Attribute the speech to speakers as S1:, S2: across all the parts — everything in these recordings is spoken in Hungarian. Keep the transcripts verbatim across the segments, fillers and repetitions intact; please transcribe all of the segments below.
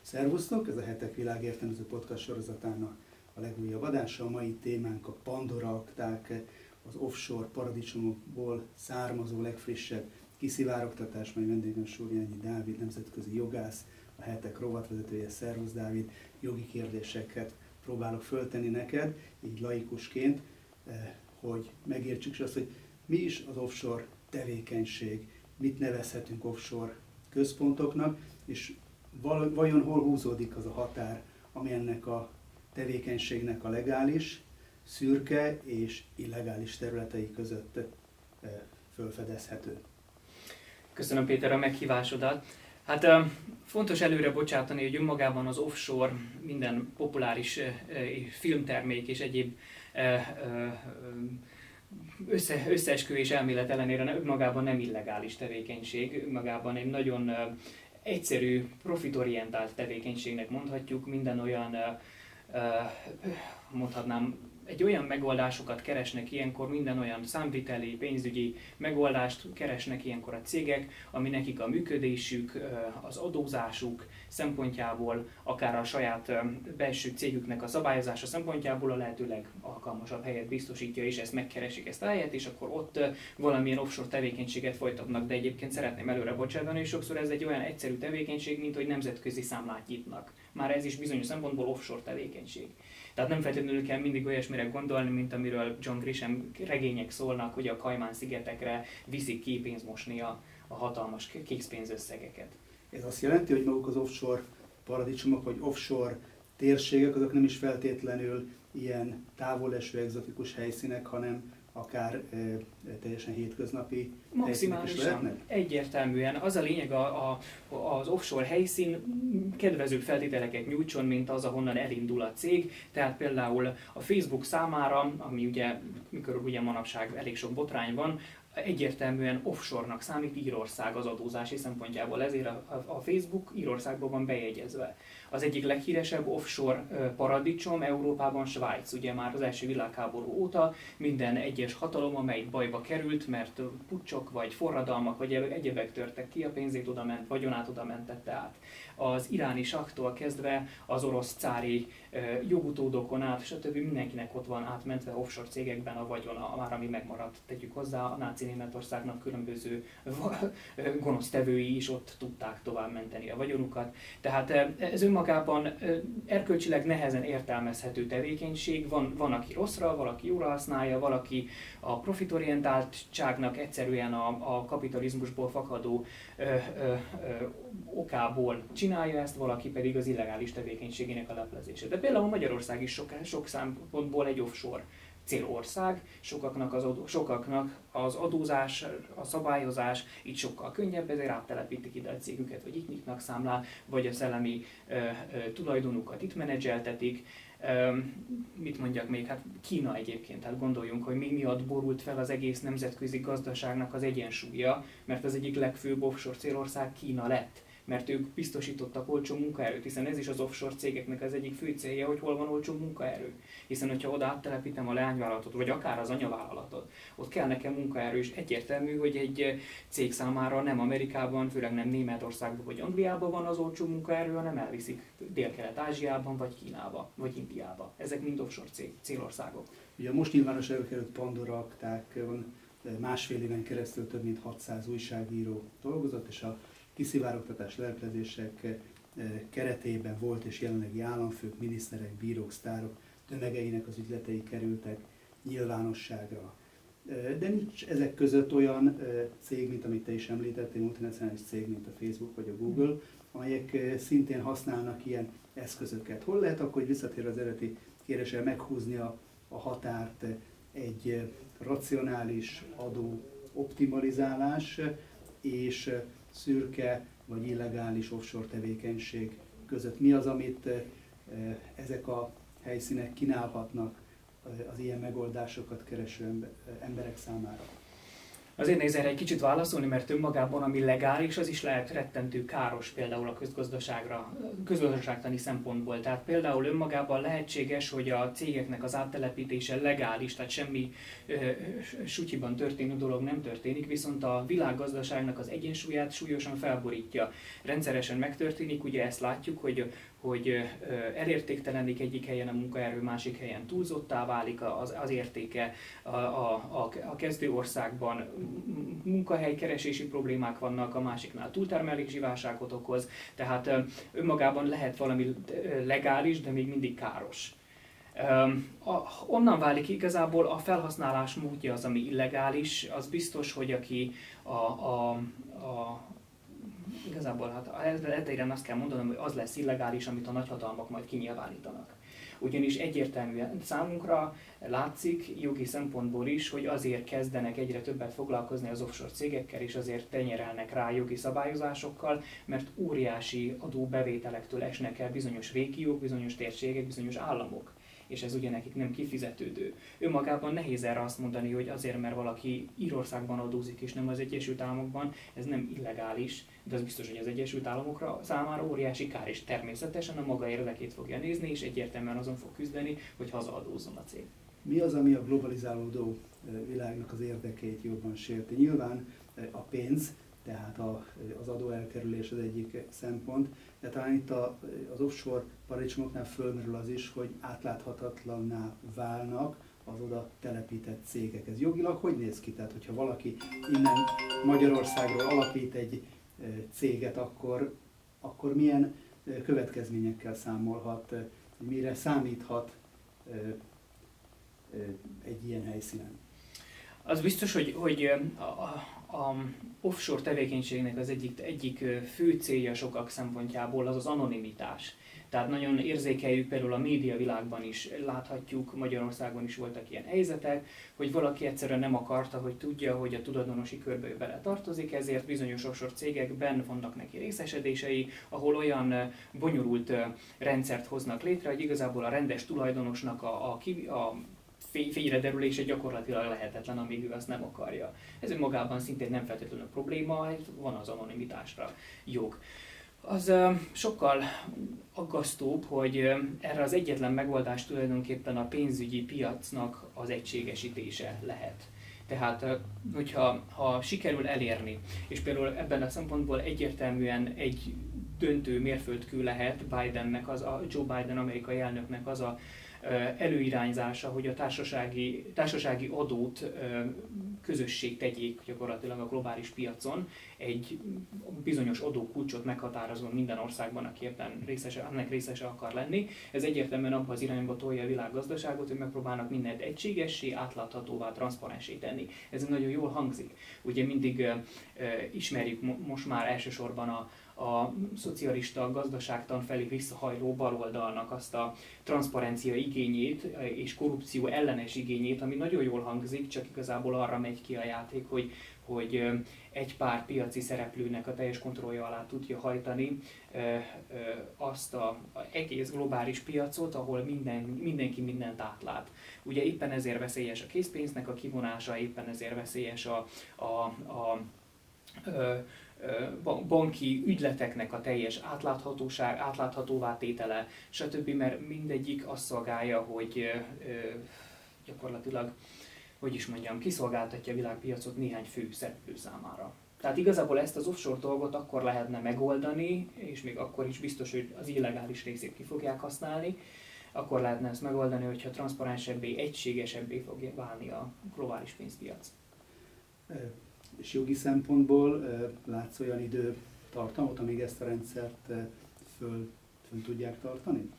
S1: Szervusztok! Ez a Hetek világértelmező podcast sorozatának a legújabb adása. A mai témánk a Pandora akták, az offshore paradicsomokból származó legfrissebb kiszivárogtatás, majd vendégem Súrjányi Dávid, nemzetközi jogász, a Hetek rovatvezetője. Szervusz Dávid! Jogi kérdéseket próbálok föltenni neked, így laikusként, hogy megértsük azt, hogy mi is az offshore tevékenység, mit nevezhetünk offshore központoknak, és vajon hol húzódik az a határ, ami ennek a tevékenységnek a legális, szürke és illegális területei között felfedezhető.
S2: Köszönöm, Péter, a meghívásodat. Hát fontos előre bocsátani, hogy önmagában az offshore minden populáris filmtermék és egyéb össze, összeesküvés elmélet ellenére önmagában nem illegális tevékenység, önmagában egy nagyon egyszerű, profitorientált tevékenységnek mondhatjuk, minden olyan, mondhatnám, egy olyan megoldásokat keresnek ilyenkor, minden olyan számviteli, pénzügyi megoldást keresnek ilyenkor a cégek, ami nekik a működésük, az adózásuk szempontjából, akár a saját belső cégüknek a szabályozása szempontjából a lehető legalkalmasabb helyet biztosítja, és ezt megkeresik ezt a helyet, és akkor ott valamilyen offshore tevékenységet folytatnak, de egyébként szeretném előre bocsátani, hogy sokszor ez egy olyan egyszerű tevékenység, mint hogy nemzetközi számlát nyitnak. Már ez is bizonyos szempontból offshore tevékenység. Tehát nem feltétlenül kell mindig olyasmire gondolni, mint amiről John Grisham regények szólnak, hogy a Kajmán-szigetekre viszik ki pénzmosni a, a hatalmas készpénzösszegeket.
S1: Ez azt jelenti, hogy maguk az offshore paradicsomok, vagy offshore térségek, azok nem is feltétlenül ilyen távoleső, egzotikus helyszínek, hanem akár e, teljesen hétköznapi
S2: maximálisan, egyértelműen. Az a lényeg a, a, az offshore helyszín kedvezőbb feltételeket nyújtson, mint az, ahonnan elindul a cég. Tehát például a Facebook számára, ami ugye, mikor ugye manapság elég sok botrány van, egyértelműen offshore-nak számít Írország az adózási szempontjából, ezért a, a Facebook Írországban van bejegyezve. Az egyik leghíresebb offshore paradicsom Európában Svájc. Ugye már az első világháború óta minden egyes hatalom, amelyik bajba került, mert puccsok vagy forradalmak vagy egyebek törtek ki, a pénzét oda ment, vagyonát oda mentette át. Az iráni saktól kezdve az orosz cári jogutódokon át, stb. Mindenkinek ott van átmentve offshore cégekben a vagyona, már ami megmaradt. Tegyük hozzá, a náci Németországnak különböző gonosztevői is ott tudták tovább menteni a vagyonukat. Tehát ez önmagában erkölcsileg nehezen értelmezhető tevékenység. Van, van aki rosszra, valaki jóra használja, valaki a profitorientáltságnak egyszerűen a, a kapitalizmusból fakadó ö, ö, ö, okából csinálja ezt, valaki pedig az illegális tevékenységének a leplezése. De például Magyarország is sok, sok szempontból egy offshore célország, sokaknak az, adó, sokaknak az adózás, a szabályozás így sokkal könnyebb, ezért áttelepítik ide a cégüket, vagy itt nyitnak számlát, vagy a szellemi ö, ö, tulajdonukat itt menedzseltetik. Ö, mit mondjak még? Hát Kína egyébként, hát gondoljunk, hogy mi miatt borult fel az egész nemzetközi gazdaságnak az egyensúlya, mert az egyik legfőbb offshore célország Kína lett. Mert ők biztosítottak olcsó munkaerőt, hiszen ez is az offshore cégeknek az egyik fő célja, hogy hol van olcsó munkaerő. Hiszen, hogyha oda áttelepítem a leányvállalatot, vagy akár az anyavállalatot, ott kell nekem munkaerő, és egyértelmű, hogy egy cég számára nem Amerikában, főleg nem Németországban vagy Angliában van az olcsó munkaerő, hanem elviszik Dél-Kelet-Ázsiában, vagy Kínába, vagy Indiába. Ezek mind offshore cég, célországok.
S1: Ugye most nyilvános előkerült Pandora aktákon másfél éven keresztül több mint hatszáz újságíró dolgozott, és a kiszivárogtatás, leplezések keretében volt és jelenlegi államfők, miniszterek, bírók, sztárok tömegeinek az ügyletei kerültek nyilvánosságra. De nincs ezek között olyan cég, mint amit te is említettél, multinacionális cég, mint a Facebook vagy a Google, amelyek szintén használnak ilyen eszközöket. Hol lehet akkor, hogy visszatér az eredeti kérdésre, meghúzni a, a határt egy racionális adó optimalizálás és szürke vagy illegális offshore tevékenység között? Mi az, amit ezek a helyszínek kínálhatnak az ilyen megoldásokat kereső emberek számára?
S2: Azért nehéz erre egy kicsit válaszolni, mert önmagában, ami legális, az is lehet rettentő káros például a közgazdaságra, közgazdaságtani szempontból. Tehát például önmagában lehetséges, hogy a cégeknek az áttelepítése legális, tehát semmi ö, sutyiban történő dolog nem történik, viszont a világgazdaságnak az egyensúlyát súlyosan felborítja. Rendszeresen megtörténik, ugye ezt látjuk, hogy hogy elértéktelenik egyik helyen a munkaerő, másik helyen túlzottá válik az, az értéke, a, a, a, a kezdő országban munkahelykeresési problémák vannak, a másiknál túltermelési válságot okoz, tehát önmagában lehet valami legális, de még mindig káros. A, onnan válik igazából a felhasználás módja az, ami illegális, az biztos, hogy aki a, a, a igazából hát eltérően azt kell mondanom, hogy az lesz illegális, amit a nagyhatalmak majd kinyilvánítanak. Ugyanis egyértelműen számunkra látszik jogi szempontból is, hogy azért kezdenek egyre többet foglalkozni az offshore cégekkel, és azért tenyerelnek rá jogi szabályozásokkal, mert óriási adóbevételektől esnek el bizonyos régiók, bizonyos térségek, bizonyos államok. És ez ugye nekik nem kifizetődő. Önmagában nehéz erre azt mondani, hogy azért, mert valaki Írországban adózik és nem az Egyesült Államokban, ez nem illegális, de az biztos, hogy az Egyesült Államokra számára óriási kár, és természetesen a maga érdekét fogja nézni, és egyértelműen azon fog küzdeni, hogy hazaadózzon a cég.
S1: Mi az, ami a globalizálódó világnak az érdekeit jobban sérti? Nyilván a pénz, tehát a, az adóelkerülés az egyik szempont, de talán itt a, az offshore paradicsomoknál fölmerül az is, hogy átláthatatlanná válnak az oda telepített cégek. Ez jogilag hogy néz ki? Tehát, hogyha valaki innen Magyarországról alapít egy céget, akkor, akkor milyen következményekkel számolhat, mire számíthat egy ilyen helyszínen?
S2: Az biztos, hogy, hogy a, a, a offshore tevékenységnek az egyik, egyik fő célja sokak szempontjából az az anonimitás. Tehát nagyon érzékeljük, például a média világban is láthatjuk, Magyarországon is voltak ilyen helyzetek, hogy valaki egyszerűen nem akarta, hogy tudja, hogy a tulajdonosi körbe bele tartozik, ezért bizonyos offshore cégekben vannak neki részesedései, ahol olyan bonyolult rendszert hoznak létre, hogy igazából a rendes tulajdonosnak a, a, a fényrederülése gyakorlatilag lehetetlen, amíg ő azt nem akarja. Ez önmagában szintén nem feltétlenül probléma, van az anonimitásra jog. Az uh, sokkal aggasztóbb, hogy uh, erre az egyetlen megoldás tulajdonképpen a pénzügyi piacnak az egységesítése lehet. Tehát, uh, hogyha ha sikerül elérni, és például ebben a szempontból egyértelműen egy döntő mérföldkő lehet Bidennek, az a Joe Biden amerikai elnöknek az a előirányzása, hogy a társasági, társasági adót közösség tegyék gyakorlatilag a globális piacon, egy bizonyos adókulcsot meghatározva minden országban, aki ebben részese, ennek részese akar lenni. Ez egyértelműen abban az irányba tolja a világgazdaságot, hogy megpróbálnak mindent egységessé, átláthatóvá, transzparensé tenni. Ez nagyon jól hangzik. Ugye mindig uh, ismerjük mo- most már elsősorban a a szocialista gazdaságtan felé visszahajló baloldalnak azt a transzparencia igényét és korrupció ellenes igényét, ami nagyon jól hangzik, csak igazából arra megy ki a játék, hogy, hogy egy pár piaci szereplőnek a teljes kontrollja alá tudja hajtani azt az egész globális piacot, ahol minden, mindenki mindent átlát. Ugye éppen ezért veszélyes a készpénznek a kivonása, éppen ezért veszélyes a, a, a, a banki ügyleteknek a teljes átláthatóság, átláthatóvá tétele, stb. Mert mindegyik azt szolgálja, hogy gyakorlatilag, hogy is mondjam, kiszolgáltatja a világpiacot néhány fő szereplő számára. Tehát igazából ezt az offshore dolgot akkor lehetne megoldani, és még akkor is biztos, hogy az illegális részét ki fogják használni, akkor lehetne ezt megoldani, hogyha transzparensebbé, egységesebbé fogja válni a globális pénzpiac.
S1: És jogi szempontból látsz olyan időtartamot, amíg ezt a rendszert föl, föl tudják tartani?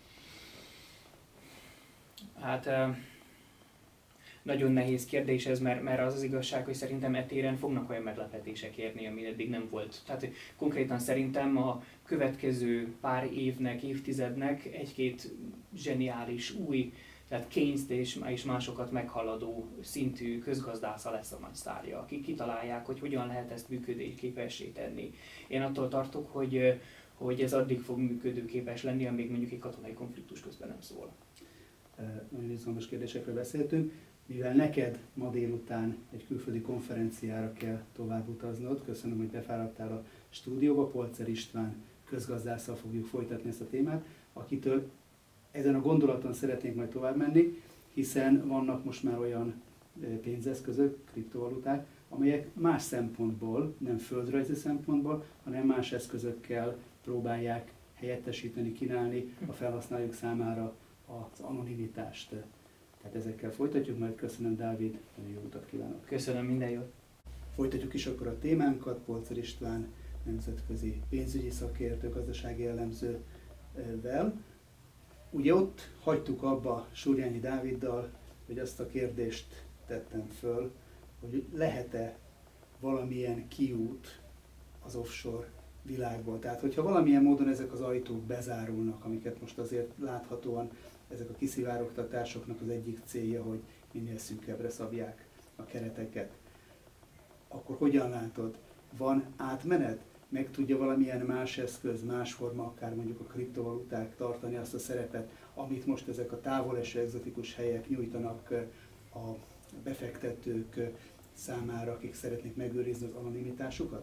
S2: Hát nagyon nehéz kérdés ez, mert, mert az az igazság, hogy szerintem e téren fognak olyan meglepetések érni, ami eddig nem volt. Tehát konkrétan szerintem a következő pár évnek, évtizednek egy-két zseniális új, tehát Keynes-t és másokat meghaladó szintű közgazdásza lesz a nagy sztárja, akik kitalálják, hogy hogyan lehet ezt működőképessé tenni. Én attól tartok, hogy, hogy ez addig fog működőképes lenni, amíg mondjuk egy katonai konfliktus közben nem szól.
S1: Nagyon izgalmas kérdésekről beszéltünk. mivel neked ma délután egy külföldi konferenciára kell tovább utaznod, köszönöm, hogy befáradtál a stúdióba, Polcer István közgazdásszal fogjuk folytatni ezt a témát, akitől ezen a gondolaton szeretnénk majd tovább menni, hiszen vannak most már olyan pénzeszközök, kriptovaluták, amelyek más szempontból, nem földrajzi szempontból, hanem más eszközökkel próbálják helyettesíteni, kínálni a felhasználók számára az anonimitást. Tehát ezekkel folytatjuk, majd köszönöm, Dávid, nagyon jó utat kívánok.
S2: Köszönöm, minden jót.
S1: Folytatjuk is akkor a témánkat, Polcer István nemzetközi pénzügyi szakértő, gazdasági elemzővel. Ugye ott hagytuk abba Surjányi Dáviddal, hogy azt a kérdést tettem föl, hogy lehet-e valamilyen kiút az offshore világból. Tehát, hogyha valamilyen módon ezek az ajtók bezárulnak, amiket most azért láthatóan ezek a kiszivárogtatásoknak az egyik célja, hogy minél szűkebbre szabják a kereteket, akkor hogyan látod? Van átmenet? Meg tudja valamilyen más eszköz, más forma, akár mondjuk a kriptovaluták tartani azt a szerepet, amit most ezek a távoleső egzotikus helyek nyújtanak a befektetők számára, akik szeretnék megőrizni az anonimitásukat?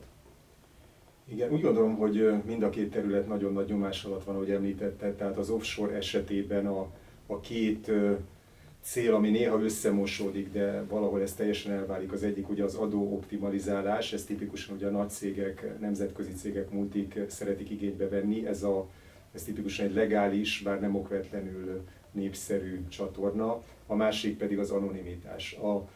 S3: Igen, úgy gondolom, hogy mind a két terület nagyon nagy nyomás alatt van, ahogy említette, tehát az offshore esetében a, a két cél, ami néha összemosódik, de valahol ez teljesen elválik. Az egyik ugye az adóoptimalizálás, ez tipikusan ugye a nagy cégek, nemzetközi cégek, multik szeretik igénybe venni, ez, a, ez tipikusan egy legális, bár nem okvetlenül népszerű csatorna, a másik pedig az anonimitás. A,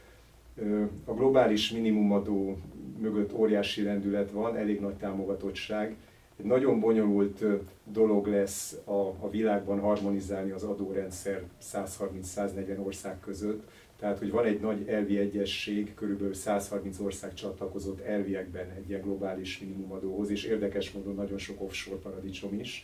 S3: a globális minimumadó mögött óriási lendület van, elég nagy támogatottság. Egy nagyon bonyolult dolog lesz a, a világban harmonizálni az adórendszer száz harminc száz negyven ország között. Tehát, hogy van egy nagy elvi egyesség, körülbelül száz harminc ország csatlakozott elviekben egy ilyen globális minimumadóhoz, és érdekes módon nagyon sok offshore paradicsom is.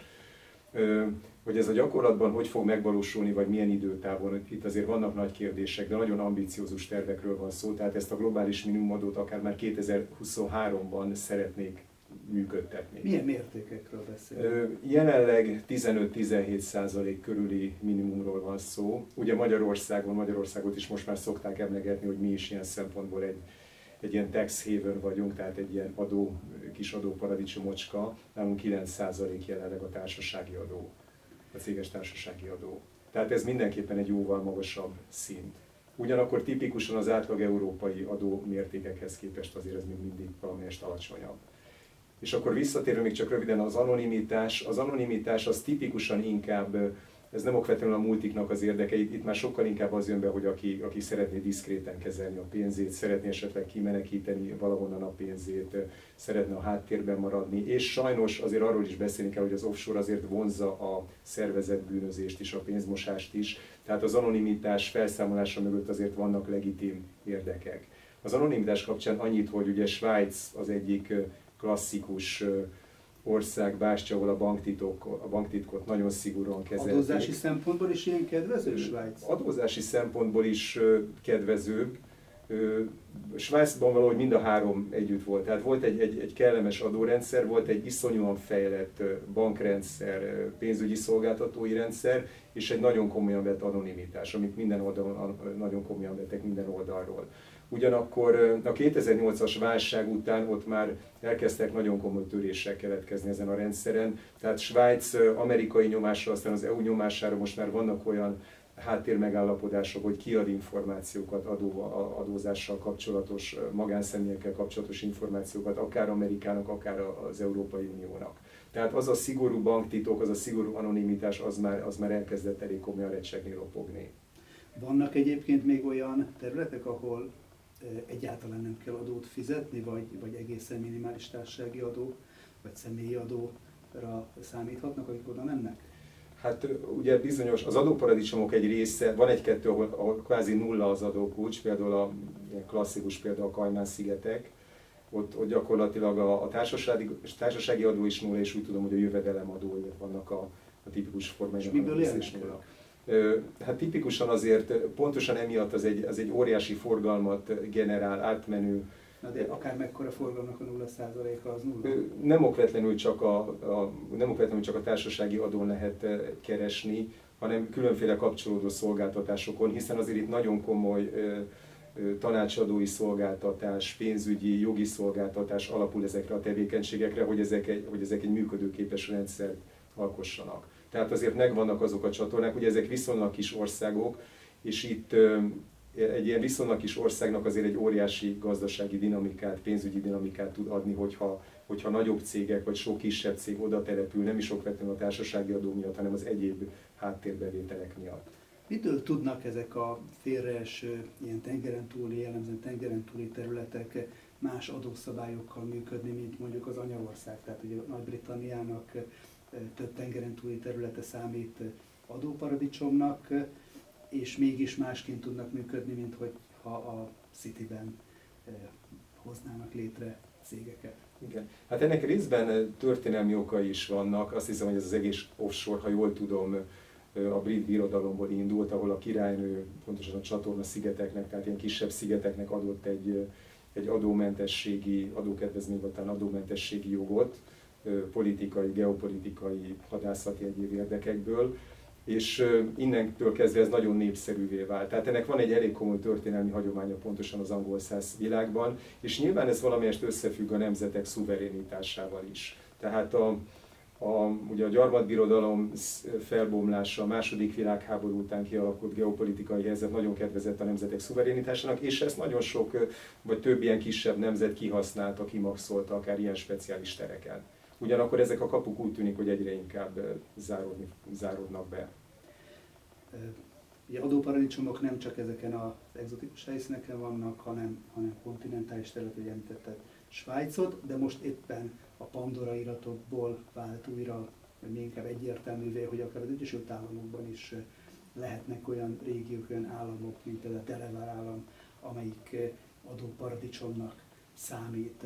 S3: Hogy ez a gyakorlatban hogy fog megvalósulni, vagy milyen időtávon, itt azért vannak nagy kérdések, de nagyon ambiciózus tervekről van szó, tehát ezt a globális minimumadót akár már kétezer-huszonháromban szeretnék működtetni.
S1: Milyen mértékekről beszélünk?
S3: Jelenleg tizenöt-tizenhét százalék körüli minimumról van szó. Ugye Magyarországon, Magyarországot is most már szokták emlegetni, hogy mi is ilyen szempontból egy, egy ilyen tax haven vagyunk, tehát egy ilyen adó, kis adóparadicsomocska. Nálunk kilenc százalék jelenleg a társasági adó, a céges társasági adó. Tehát ez mindenképpen egy jóval magasabb szint. Ugyanakkor tipikusan az átlag európai adó mértékekhez képest azért ez még mindig valamelyest alacsonyabb. És akkor visszatérve még csak röviden az anonimitás. Az anonimitás az tipikusan inkább, ez nem okvetlenül a multiknak az érdeke, itt már sokkal inkább az jön be, hogy aki, aki szeretné diszkréten kezelni a pénzét, szeretné esetleg kimenekíteni valahonnan a pénzét, szeretne a háttérben maradni, és sajnos azért arról is beszélni kell, hogy az offshore azért vonzza a szervezett bűnözést is, a pénzmosást is, tehát az anonimitás felszámolása mögött azért vannak legitim érdekek. Az anonimitás kapcsán annyit, hogy ugye Svájc az egyik klasszikus ország, bástya, ahol a, banktitok, a banktitkot nagyon szigorúan kezelték.
S1: Adózási szempontból is ilyen kedvező Svájc?
S3: Adózási szempontból is kedvezőbb. Svájcban valahogy mind a három együtt volt. Tehát volt egy, egy, egy kellemes adórendszer, volt egy iszonyúan fejlett bankrendszer, pénzügyi szolgáltatói rendszer, és egy nagyon komolyan vett anonimitás, amit minden oldalon nagyon komolyan vettek minden oldalról. Ugyanakkor a kétezer-nyolcas válság után ott már elkezdtek nagyon komoly törések keletkezni ezen a rendszeren. Tehát Svájc amerikai nyomásra, aztán az é u nyomására most már vannak olyan háttérmegállapodások, hogy kiad információkat, adó, adózással kapcsolatos, magánszemélyekkel kapcsolatos információkat, akár Amerikának, akár az Európai Uniónak. Tehát az a szigorú banktitok, az a szigorú anonimitás, az már, az már elkezdett elég komolyan recsegni, lopogni.
S1: Vannak egyébként még olyan területek, ahol egyáltalán nem kell adót fizetni, vagy, vagy egészen minimális társasági adó, vagy személyi adóra számíthatnak, akik oda mennek?
S3: Hát ugye bizonyos, az adóparadicsomok egy része, van egy-kettő, ahol, ahol kvázi nulla az adókulcs, például a ilyen klasszikus például a Kajmán-szigetek, ott, ott gyakorlatilag a, a társasági, társasági adó is nulla, és úgy tudom, hogy a jövedelemadó, vannak a, a tipikus formája.
S1: És miből élnek?
S3: Hát tipikusan azért, pontosan emiatt az egy, az egy óriási forgalmat generál, átmenő.
S1: Na de akár mekkora forgalomnak a nulla százaléka az nulla?
S3: Nem okvetlenül csak a, a, nem okvetlenül csak a társasági adón lehet keresni, hanem különféle kapcsolódó szolgáltatásokon, hiszen azért itt nagyon komoly tanácsadói szolgáltatás, pénzügyi, jogi szolgáltatás alapul ezekre a tevékenységekre, hogy ezek egy, hogy ezek egy működőképes rendszert alkossanak. Tehát azért megvannak azok a csatornák, ugye ezek viszonylag kis országok, és itt egy ilyen viszonylag kis országnak azért egy óriási gazdasági dinamikát, pénzügyi dinamikát tud adni, hogyha, hogyha nagyobb cégek vagy sok kisebb cég oda települ, nem is okvetlenül a társasági adó miatt, hanem az egyéb háttérbevételek miatt.
S1: Mitől tudnak ezek a félreeső, ilyen tengeren túli, jellemzően tengeren túli területek más adószabályokkal működni, mint mondjuk az anyaország? Tehát ugye Nagy-Britanniának több tengeren túli területe számít adóparadicsomnak, és mégis másként tudnak működni, mint hogyha a Cityben hoznának létre cégeket.
S3: Igen. Hát ennek részben történelmi okai is vannak. Azt hiszem, hogy ez az egész offshore, ha jól tudom, a brit birodalomból indult, ahol a királynő pontosan a csatorna szigeteknek, tehát ilyen kisebb szigeteknek adott egy, egy adómentességi, adókedvezmény, vagy talán adómentességi jogot, politikai, geopolitikai, hadászati egyéb érdekekből, és innentől kezdve ez nagyon népszerűvé vált. Tehát ennek van egy elég komoly történelmi hagyománya pontosan az angol-szász világban, és nyilván ez valamelyest összefügg a nemzetek szuverenitásával is. Tehát a, a, ugye a gyarmatbirodalom felbomlása, a második világháború után kialakult geopolitikai helyzet nagyon kedvezett a nemzetek szuverenitásának, és ezt nagyon sok, vagy több ilyen kisebb nemzet kihasználta, kimaxolta akár ilyen speciális tereken. Ugyanakkor ezek a kapuk úgy tűnik, hogy egyre inkább záródni, záródnak be.
S1: Ugye adóparadicsomok nem csak ezeken az egzotikus helyszíneken vannak, hanem, hanem kontinentális területet, hogy említetted Svájcot, de most éppen a Pandora iratokból vált újra, vagy még inkább egyértelművé, hogy akár az Egyesült Államokban is lehetnek olyan régiók, olyan államok, mint például a Delaware állam, amelyik adóparadicsomnak számít.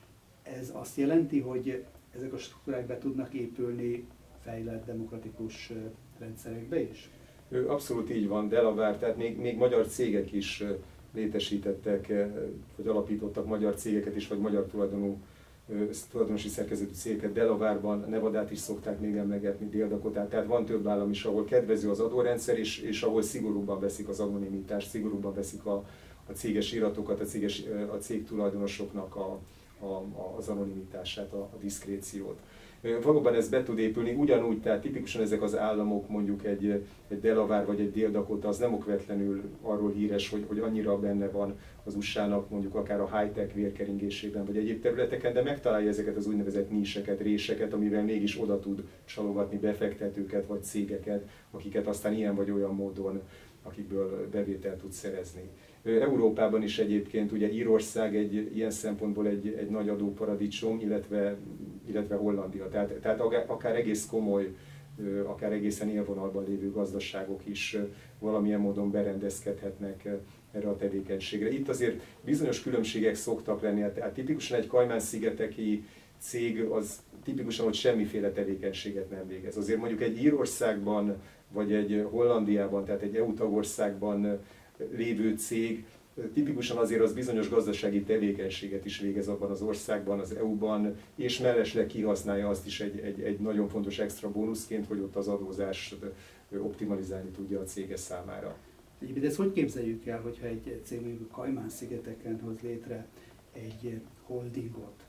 S1: Ez azt jelenti, hogy ezek a struktúrák be tudnak épülni fejlett demokratikus rendszerekbe is?
S3: Abszolút így van, Delaware, tehát még, még magyar cégek is létesítettek, vagy alapítottak magyar cégeket is, vagy magyar tulajdonú, tulajdonosi szerkezetű cégeket. Delaware-ban, Nevadát is szokták még emlegetni, Dél-Dakotát, tehát van több állam is, ahol kedvező az adórendszer, és, és ahol szigorúbban veszik az anonimitást, szigorúbban veszik a, a céges iratokat, a, céges, a cég tulajdonosoknak a, a, az anonimitását, a, a diszkréciót. Valóban ez be tud épülni, ugyanúgy, tehát tipikusan ezek az államok, mondjuk egy, egy Delaware vagy egy Dél-Dakota, az nem okvetlenül arról híres, hogy, hogy annyira benne van az u es á-nak mondjuk akár a high-tech vérkeringésében vagy egyéb területeken, de megtalálja ezeket az úgynevezett níseket, réseket, amivel mégis oda tud csalogatni befektetőket vagy cégeket, akiket aztán ilyen vagy olyan módon, akikből bevételt tud szerezni. Európában is egyébként, ugye Írország egy ilyen szempontból egy, egy nagy adóparadicsom, illetve, illetve Hollandia. Tehát, tehát akár egész komoly, akár egészen élvonalban lévő gazdaságok is valamilyen módon berendezkedhetnek erre a tevékenységre. Itt azért bizonyos különbségek szoktak lenni, tehát tipikusan egy Kajmán-szigeteki cég az tipikusan, hogy semmiféle tevékenységet nem végez. Azért mondjuk egy Írországban, vagy egy Hollandiában, tehát egy é u tagországban lévő cég tipikusan azért az bizonyos gazdasági tevékenységet is végez abban az országban, az é u-ban, és mellesleg kihasználja azt is egy, egy, egy nagyon fontos extra bónuszként, hogy ott az adózást optimalizálni tudja a cége számára.
S1: Egyébként ezt hogy képzeljük el, hogyha egy cég mondjuk a Kajmán-szigeteken hoz létre egy holdingot,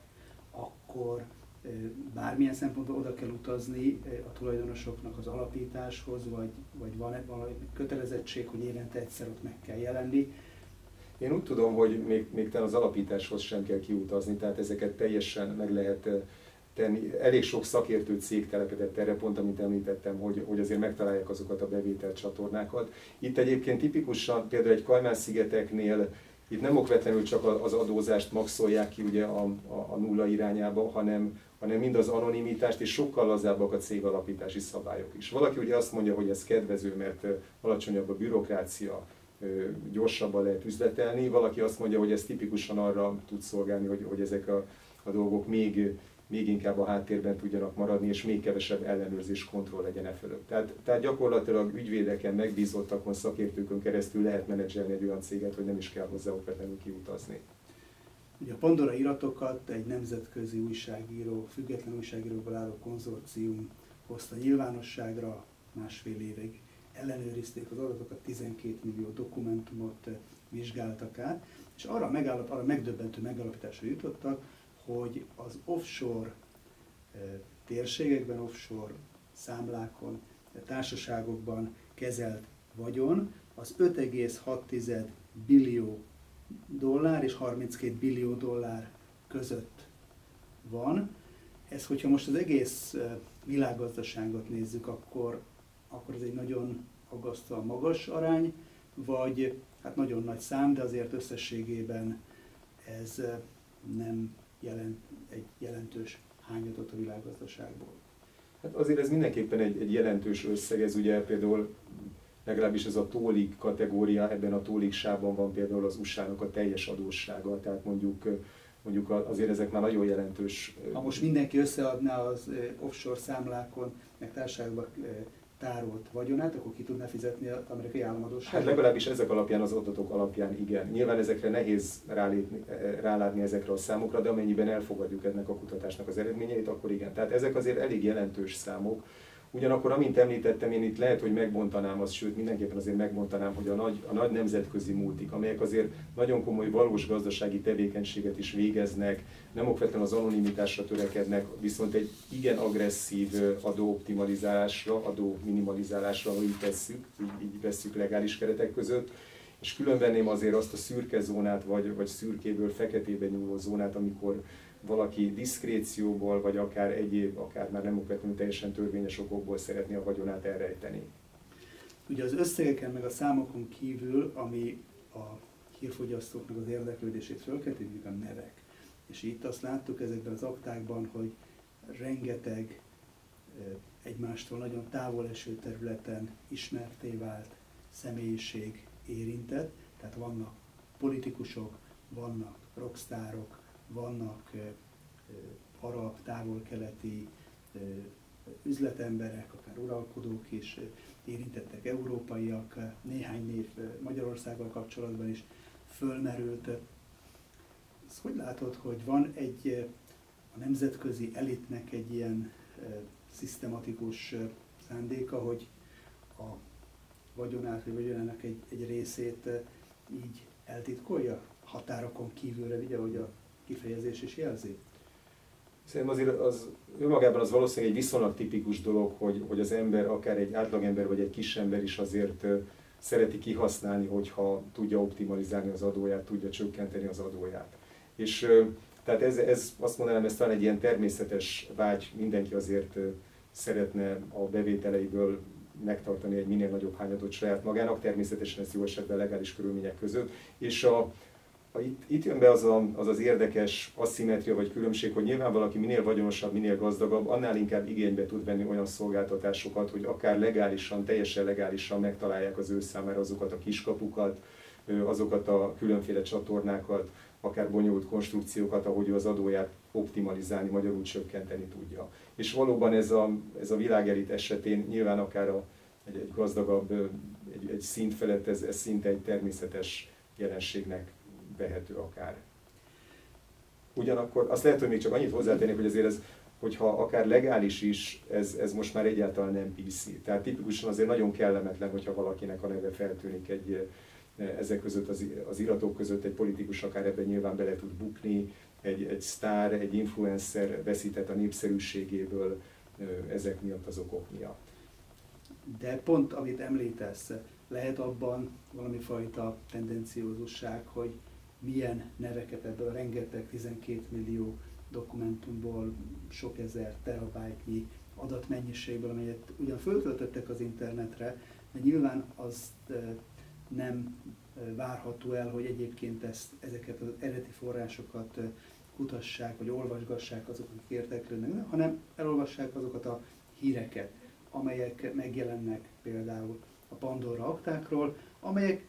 S1: akkor bármilyen szempontból oda kell utazni a tulajdonosoknak az alapításhoz, vagy, vagy van-e valami kötelezettség, hogy évente egyszer ott meg kell jelenni?
S3: Én úgy tudom, hogy még, még talán az alapításhoz sem kell kiutazni, tehát ezeket teljesen meg lehet tenni. Elég sok szakértő cég telepedett erre, pont amit említettem, hogy, hogy azért megtalálják azokat a bevételcsatornákat. Itt egyébként tipikusan például egy Kajmán-szigeteknél itt nem okvetlenül csak az adózást maxolják ki ugye a, a, a nulla irányába, hanem, hanem mind az anonimitást, és sokkal lazábbak a cégalapítási szabályok is. Valaki ugye azt mondja, hogy ez kedvező, mert alacsonyabb a bürokrácia, gyorsabban lehet üzletelni, valaki azt mondja, hogy ez tipikusan arra tud szolgálni, hogy, hogy ezek a, a dolgok még, még inkább a háttérben tudjanak maradni, és még kevesebb ellenőrzés, kontroll legyen e fölött. Tehát, tehát gyakorlatilag ügyvédeken, megbízottakon, szakértőkön keresztül lehet menedzselni egy olyan céget, hogy nem is kell hozzá okvetlenül kiutazni.
S1: Ugye a Pandora iratokat egy nemzetközi újságíró, független újságíróból álló konzorcium hozta nyilvánosságra másfél évig ellenőrizték az adatokat, tizenkét millió dokumentumot vizsgáltak át, és arra, megállap, arra megdöbbentő megállapításra jutottak, hogy az offshore térségekben, offshore számlákon, társaságokban kezelt vagyon az öt egész hat billió dollár és harminckét billió dollár között van. Ez, hogyha most az egész világgazdaságot nézzük, akkor, akkor ez egy nagyon aggasztóan magas arány, vagy hát nagyon nagy szám, de azért összességében ez nem jelent egy jelentős hányadot a világgazdaságból.
S3: Hát azért ez mindenképpen egy, egy jelentős összeg, ez ugye például legalábbis ez a tólik kategória, ebben a tólik sávban van például az u es á-nak a teljes adóssága, tehát mondjuk, mondjuk azért ezek már nagyon jelentős.
S1: Ha most mindenki összeadná az offshore számlákon, meg társaságban tárolt vagyonát, akkor ki tudná fizetni az amerikai államadósságot?
S3: Hát legalábbis ezek alapján, az adatok alapján igen. Nyilván ezekre nehéz rálépni, rálátni ezekre a számokra, de amennyiben elfogadjuk ennek a kutatásnak az eredményeit, akkor igen. Tehát ezek azért elég jelentős számok. Ugyanakkor, amint említettem, én itt lehet, hogy megbontanám azt, sőt mindenképpen azért megbontanám, hogy a nagy, a nagy nemzetközi multik, amelyek azért nagyon komoly valós gazdasági tevékenységet is végeznek, nem okvetlenül az anonimitásra törekednek, viszont egy igen agresszív adóoptimalizálásra, adó minimalizálásra, ha így tesszük, így, így vesszük legális keretek között, és külön venném azért azt a szürke zónát, vagy, vagy szürkéből feketébe nyúló zónát, amikor valaki diszkrécióból, vagy akár egyéb, akár már nem okvetlenül teljesen törvényes okokból szeretné a vagyonát elrejteni.
S1: Ugye az összegeken meg a számokon kívül, ami a hírfogyasztóknak az érdeklődését fölkelti, a nevek. És itt azt láttuk ezekben az aktákban, hogy rengeteg egymástól nagyon távol eső területen ismertté vált személyiség érintett, tehát vannak politikusok, vannak rockstárok, vannak arab, távol-keleti üzletemberek, akár uralkodók is, érintettek európaiak, néhány név Magyarországgal kapcsolatban is fölmerült. Ezt hogy látod, hogy van egy a nemzetközi elitnek egy ilyen szisztematikus szándéka, hogy a vagyonát, vagy vagyonának egy, egy részét így eltitkolja, határokon kívülre vigye, hogy a kifejezés is jelzi?
S3: Szerintem azért az önmagában az valószínűleg egy viszonylag tipikus dolog, hogy, hogy az ember, akár egy átlagember vagy egy kisember is azért szereti kihasználni, hogyha tudja optimalizálni az adóját, tudja csökkenteni az adóját. És tehát ez, ez azt mondanám, ez talán egy ilyen természetes vágy, mindenki azért szeretne a bevételeiből megtartani egy minél nagyobb hányadot saját magának, természetesen ez jó esetben legális körülmények között. És a, a, itt, itt jön be az, a, az az érdekes asszimetria vagy különbség, hogy nyilván valaki minél vagyonosabb, minél gazdagabb, annál inkább igénybe tud venni olyan szolgáltatásokat, hogy akár legálisan, teljesen legálisan megtalálják az ő számára azokat a kiskapukat, azokat a különféle csatornákat, akár bonyolult konstrukciókat, ahogy ő az adóját optimalizálni, magyarul csökkenteni tudja. És valóban ez a, ez a világelit esetén nyilván akár a, egy, egy gazdagabb, egy, egy szint felett ez, ez szinte egy természetes jelenségnek vehető akár. Ugyanakkor azt lehet, hogy még csak annyit hozzátennék, hogy azért ez, hogyha akár legális is, ez, ez most már egyáltalán nem pé cé. Tehát tipikusan azért nagyon kellemetlen, hogyha valakinek a neve feltűnik egy, ezek között, az, az iratok között egy politikus akár ebben nyilván bele tud bukni, egy, egy sztár, egy influencer veszített a népszerűségéből ezek miatt, az okok miatt.
S1: De pont amit említesz, lehet abban valami fajta tendenciózusság, hogy milyen neveket ebből a rengeteg tizenkét millió dokumentumból, sok ezer terabájtnyi adatmennyiségből, amelyet ugyan föltöltöttek az internetre, de nyilván azt nem várható el, hogy egyébként ezt, ezeket az eredeti forrásokat kutassák, vagy olvasgassák azok, akik érdeklődnek, hanem elolvassák azokat a híreket, amelyek megjelennek például a Pandora aktákról, amelyek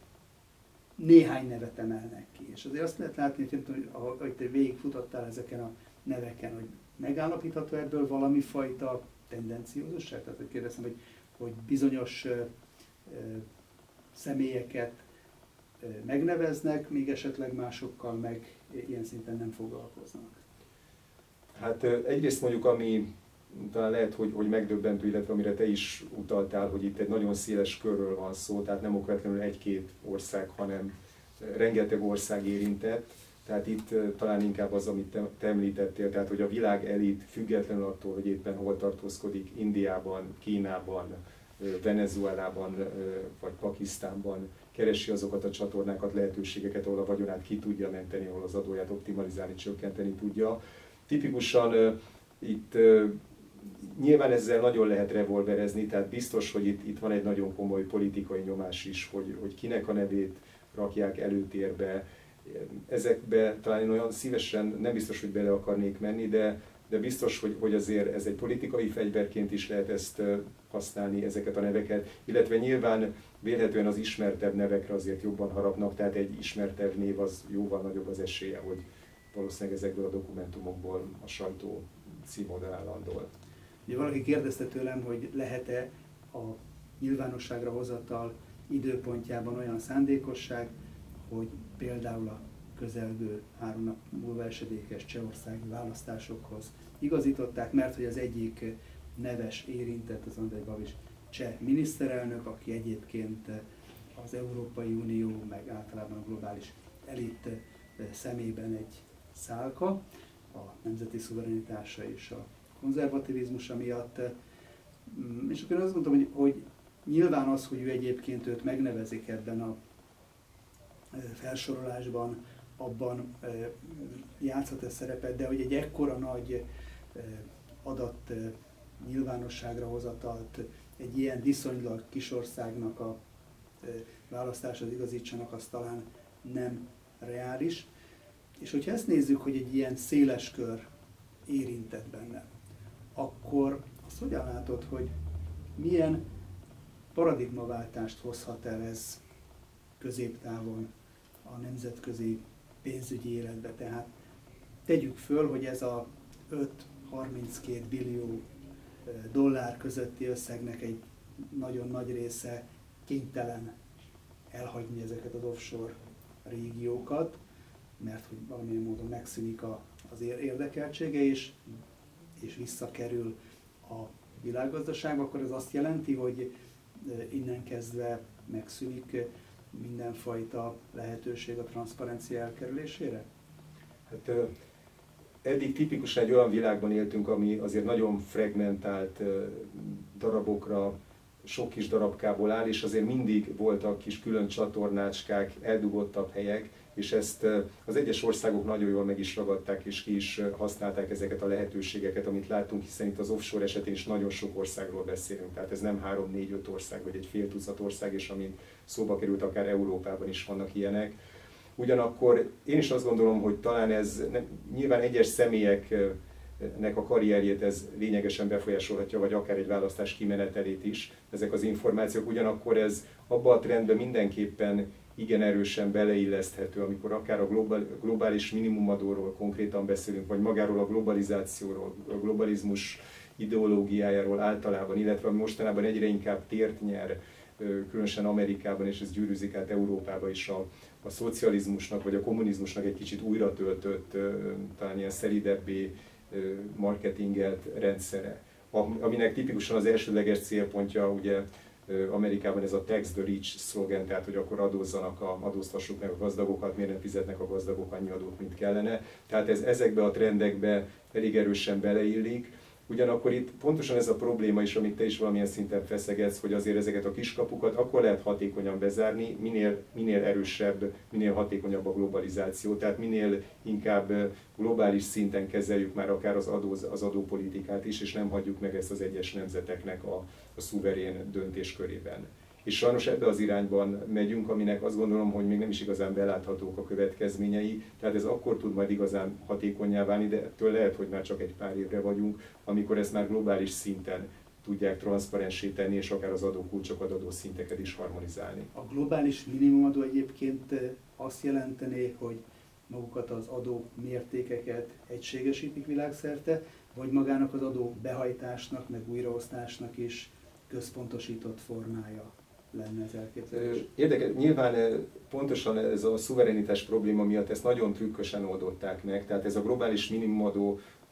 S1: néhány nevet emelnek ki. És azért azt lehet látni, hogy ahogy te végigfutottál ezeken a neveken, hogy megállapítható ebből valami fajta tendenciózusság? Tehát hogy kérdezem, hogy, hogy bizonyos ö, ö, személyeket ö, megneveznek, még esetleg másokkal meg ilyen szinten nem foglalkoznak.
S3: Hát egyrészt mondjuk, ami talán lehet, hogy, hogy megdöbbentő, illetve amire te is utaltál, hogy itt egy nagyon széles körről van szó, tehát nem okvetlenül egy-két ország, hanem rengeteg ország érintett. Tehát itt talán inkább az, amit te, te említettél, tehát hogy a világ elit függetlenül attól, hogy éppen hol tartózkodik, Indiában, Kínában, Venezuelában vagy Pakisztánban keresi azokat a csatornákat, lehetőségeket, ahol a vagyonát ki tudja menteni, ahol az adóját optimalizálni, csökkenteni tudja. Tipikusan itt nyilván ezzel nagyon lehet revolverezni, tehát biztos, hogy itt, itt van egy nagyon komoly politikai nyomás is, hogy, hogy kinek a nevét rakják előtérbe. Ezekbe talán én olyan szívesen nem biztos, hogy bele akarnék menni, de, de biztos, hogy, hogy azért ez egy politikai fegyverként is lehet ezt használni, ezeket a neveket, illetve nyilván vélhetően az ismertebb nevekre azért jobban harapnak, tehát egy ismertebb név az jóval nagyobb az esélye, hogy valószínűleg ezekből a dokumentumokból a sajtó címoldalán landol.
S1: Ugye valaki kérdezte tőlem, hogy lehet-e a nyilvánosságra hozatal időpontjában olyan szándékosság, hogy például a közelgő három nap múlva esedékes csehországi választásokhoz igazították, mert hogy az egyik neves érintett az Andrej Babiš cseh miniszterelnök, aki egyébként az Európai Unió, meg általában a globális elit szemében egy szálka, a nemzeti szuverenitása és a konzervativizmusa miatt. És akkor azt mondtam, hogy, hogy nyilván az, hogy ő egyébként őt megnevezik ebben a felsorolásban, abban játszhat ez szerepet, de hogy egy ekkora nagy adat nyilvánosságra hozatalt egy ilyen viszonylag kis országnak a választáshoz igazítsanak, az talán nem reális. És hogyha ezt nézzük, hogy egy ilyen széles kör érintett benne, akkor azt hogyan látod, hogy milyen paradigmaváltást hozhat el ez középtávon a nemzetközi pénzügyi életbe? Tehát tegyük föl, hogy ez a öt-harminckét billió dollár közötti összegnek egy nagyon nagy része kénytelen elhagyni ezeket az offshore régiókat, mert hogy valamilyen módon megszűnik a, az érdekeltsége, és, és visszakerül a világgazdaságba, akkor ez azt jelenti, hogy innen kezdve megszűnik mindenfajta lehetőség a transzparencia elkerülésére?
S3: Hát eddig tipikusan egy olyan világban éltünk, ami azért nagyon fragmentált darabokra, sok kis darabkából áll, és azért mindig voltak kis külön csatornácskák, eldugottabb helyek, és ezt az egyes országok nagyon jól meg is ragadták, és ki is használták ezeket a lehetőségeket, amit látunk, hiszen itt az offshore esetén is nagyon sok országról beszélünk, tehát ez nem három, négy, öt ország, vagy egy fél tucat ország, és amint szóba került, akár Európában is vannak ilyenek. Ugyanakkor én is azt gondolom, hogy talán ez nem, nyilván egyes személyeknek a karrierjét ez lényegesen befolyásolhatja, vagy akár egy választás kimenetelét is, ezek az információk. Ugyanakkor ez abba a trendbe mindenképpen igen erősen beleilleszthető, amikor akár a globális minimumadóról konkrétan beszélünk, vagy magáról a globalizációról, a globalizmus ideológiájáról általában, illetve ami mostanában egyre inkább tért nyer, különösen Amerikában, és ez gyűrűzik át Európába is a, a szocializmusnak vagy a kommunizmusnak egy kicsit újra töltött, talán ilyen szelidebbé marketingelt rendszere, aminek tipikusan az elsődleges célpontja ugye Amerikában ez a tax the rich szlogen, tehát hogy akkor adózzanak, a, adóztassuk meg a gazdagokat, miért nem fizetnek a gazdagok annyi adót, mint kellene. Tehát ez ezekbe a trendekbe elég erősen beleillik. Ugyanakkor itt pontosan ez a probléma is, amit te is valamilyen szinten feszegetsz, hogy azért ezeket a kiskapukat akkor lehet hatékonyan bezárni, minél, minél erősebb, minél hatékonyabb a globalizáció, tehát minél inkább globális szinten kezeljük már akár az, adó, az adópolitikát is, és nem hagyjuk meg ezt az egyes nemzeteknek a, a szuverén döntéskörében. És sajnos ebbe az irányban megyünk, aminek azt gondolom, hogy még nem is igazán beláthatók a következményei, tehát ez akkor tud majd igazán hatékonnyá válni, de ettől lehet, hogy már csak egy pár évre vagyunk, amikor ezt már globális szinten tudják transzparensé tenni, és akár az adókulcsokat, adószinteket is harmonizálni.
S1: A globális minimumadó egyébként azt jelentené, hogy magukat az adó mértékeket egységesítik világszerte, vagy magának az adó behajtásnak, meg újraosztásnak is központosított formája lenne ez elképzelés?
S3: Érdekes, nyilván pontosan ez a szuverenitás probléma miatt ezt nagyon trükkösen oldották meg, tehát ez a globális minimumadó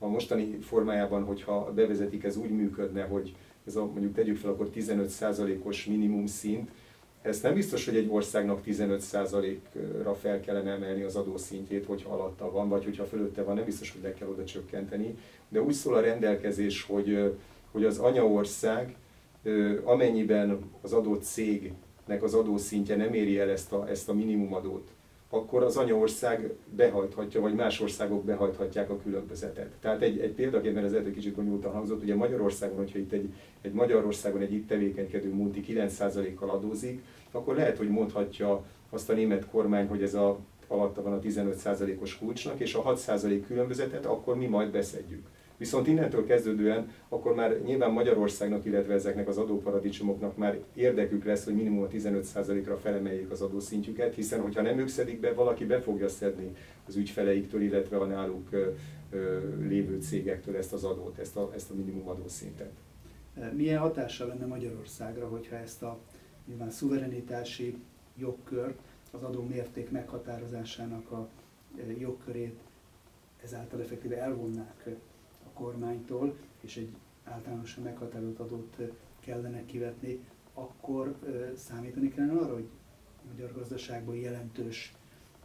S3: a mostani formájában, hogyha bevezetik, ez úgy működne, hogy ez a, mondjuk tegyük fel akkor tizenöt százalékos minimum szint, ezt nem biztos, hogy egy országnak tizenöt százalékra fel kellene emelni az adószintjét, hogyha alatta van, vagy hogyha fölötte van, nem biztos, hogy le kell oda csökkenteni. De úgy szól a rendelkezés, hogy, hogy az anyaország, amennyiben az adott cégnek az adószintje nem éri el ezt a, ezt a minimumadót, akkor az anyaország behajthatja, vagy más országok behajthatják a különbözetet. Tehát egy, egy példaképpen ez lehet, hogy kicsit bonyolultan hangzott, ugye Magyarországon, hogyha itt egy, egy Magyarországon egy itt tevékenykedő multi kilenc százalékkal adózik, akkor lehet, hogy mondhatja azt a német kormány, hogy ez a, alatta van a tizenöt százalékos kulcsnak, és a hat százalék különbözetet akkor mi majd beszedjük. Viszont innentől kezdődően akkor már nyilván Magyarországnak, illetve ezeknek az adóparadicsomoknak már érdekük lesz, hogy minimum a tizenöt százalékra felemeljék az adószintjüket, hiszen hogyha nem ők szedik be, valaki be fogja szedni az ügyfeleiktől, illetve a náluk ö, ö, lévő cégektől ezt az adót, ezt a, ezt a minimum adószintet.
S1: Milyen hatással lenne Magyarországra, hogyha ezt a nyilván szuverenitási jogkört, az adómérték meghatározásának a jogkörét ezáltal effektíve elvonnák a kormánytól, és egy általánosan meghatározott adót kellene kivetni, akkor számítani kellene arra, hogy a magyar gazdaságban jelentős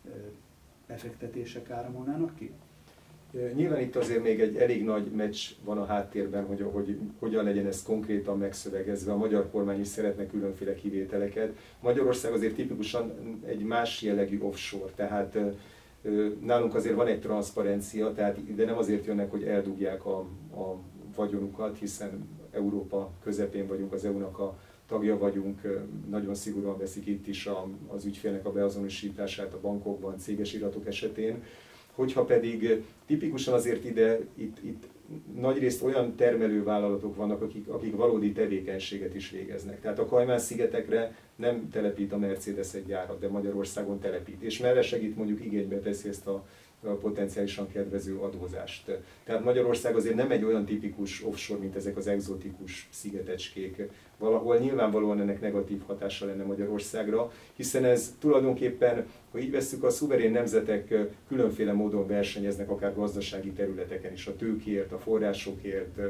S1: befektetések áramolnának ki?
S3: Nyilván itt azért még egy elég nagy meccs van a háttérben, hogy, hogy hogyan legyen ez konkrétan megszövegezve. A magyar kormány is szeretne különféle kivételeket. Magyarország azért tipikusan egy más jellegű offshore, tehát nálunk azért van egy transzparencia, tehát ide nem azért jönnek, hogy eldugják a, a vagyonukat, hiszen Európa közepén vagyunk, az é u-nak a tagja vagyunk, nagyon szigorúan veszik itt is a, az ügyfélnek a beazonosítását a bankokban, céges iratok esetén. Hogyha pedig tipikusan azért ide, itt, itt nagyrészt olyan termelővállalatok vannak, akik, akik valódi tevékenységet is végeznek. Tehát a Kajmán-szigetekre nem telepít a Mercedes egy gyárat, de Magyarországon telepít. És mellett segít, mondjuk igénybe teszi ezt a, a potenciálisan kedvező adózást. Tehát Magyarország azért nem egy olyan tipikus offshore, mint ezek az egzotikus szigetecskék. Valahol nyilvánvalóan ennek negatív hatása lenne Magyarországra, hiszen ez tulajdonképpen, ha így vesszük, a szuverén nemzetek különféle módon versenyeznek, akár gazdasági területeken is, a tőkéért, a forrásokért,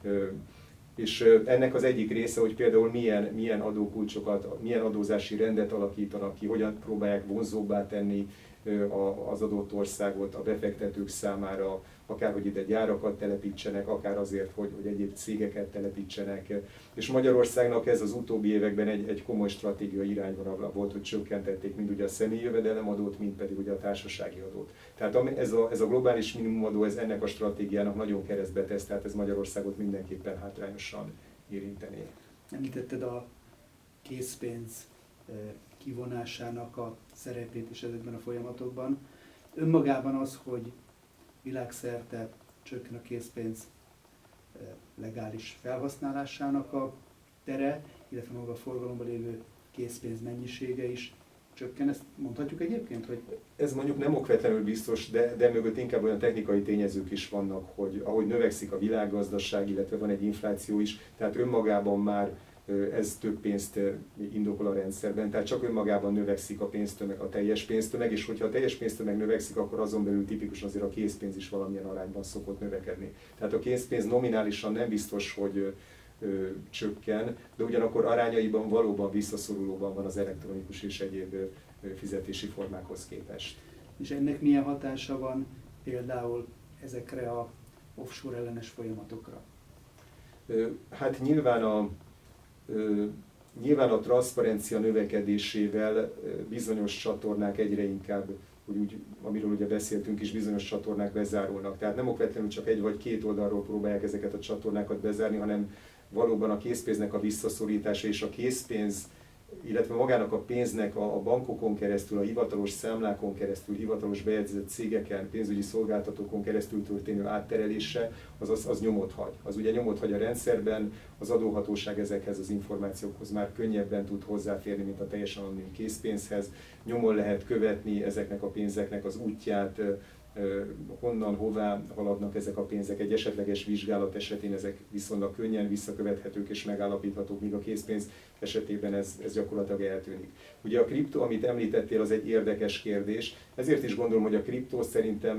S3: és ennek az egyik része, hogy például milyen, milyen adókulcsokat, milyen adózási rendet alakítanak ki, hogyan próbálják vonzóbbá tenni az adott országot a befektetők számára, akár hogy ide gyárakat telepítsenek, akár azért, hogy, hogy egyéb cégeket telepítsenek. És Magyarországnak ez az utóbbi években egy, egy komoly stratégiai irányvonal volt, hogy csökkentették mind ugye a személyi jövedelemadót, mind pedig ugye a társasági adót. Tehát ez a, ez a globális minimumadó, ez ennek a stratégiának nagyon keresztbe tesz, tehát ez Magyarországot mindenképpen hátrányosan érintené.
S1: Említetted a készpénz kivonásának a szerepét is ezekben a folyamatokban. Önmagában az, hogy világszerte csökken a készpénz legális felhasználásának a tere, illetve maga a forgalomban lévő készpénz mennyisége is csökken. Ezt mondhatjuk egyébként, hogy...
S3: Ez mondjuk nem okvetlenül biztos, de, de mögött inkább olyan technikai tényezők is vannak, hogy ahogy növekszik a világgazdaság, illetve van egy infláció is, tehát önmagában már ez több pénzt indokol a rendszerben, tehát csak önmagában növekszik a pénztömeg, a teljes pénztömeg, és hogyha a teljes pénztömeg növekszik, akkor azon belül tipikusan azért a készpénz is valamilyen arányban szokott növekedni. Tehát a készpénz nominálisan nem biztos, hogy ö, csökken, de ugyanakkor arányaiban valóban visszaszorulóban van az elektronikus és egyéb ö, fizetési formákhoz képest.
S1: És ennek milyen hatása van például ezekre a offshore ellenes folyamatokra?
S3: Ö, hát nyilván a Nyilván a transzparencia növekedésével bizonyos csatornák egyre inkább, úgy, úgy, amiről ugye beszéltünk is, bizonyos csatornák bezárulnak. Tehát nem okvetlenül csak egy vagy két oldalról próbálják ezeket a csatornákat bezárni, hanem valóban a készpénznek a visszaszorítása és a készpénz, illetve magának a pénznek a bankokon keresztül, a hivatalos számlákon keresztül, hivatalos bejegyzett cégeken, pénzügyi szolgáltatókon keresztül történő átterelése, az, az, az nyomot hagy. Az ugye nyomot hagy a rendszerben, az adóhatóság ezekhez az információkhoz már könnyebben tud hozzáférni, mint a teljesen anonim készpénzhez. Nyomon lehet követni ezeknek a pénzeknek az útját, honnan, hová haladnak ezek a pénzek. Egy esetleges vizsgálat esetén ezek viszonylag könnyen visszakövethetők és megállapíthatók, míg a készpénz esetében ez, ez gyakorlatilag eltűnik. Ugye a kriptó, amit említettél, az egy érdekes kérdés, ezért is gondolom, hogy a kriptó szerintem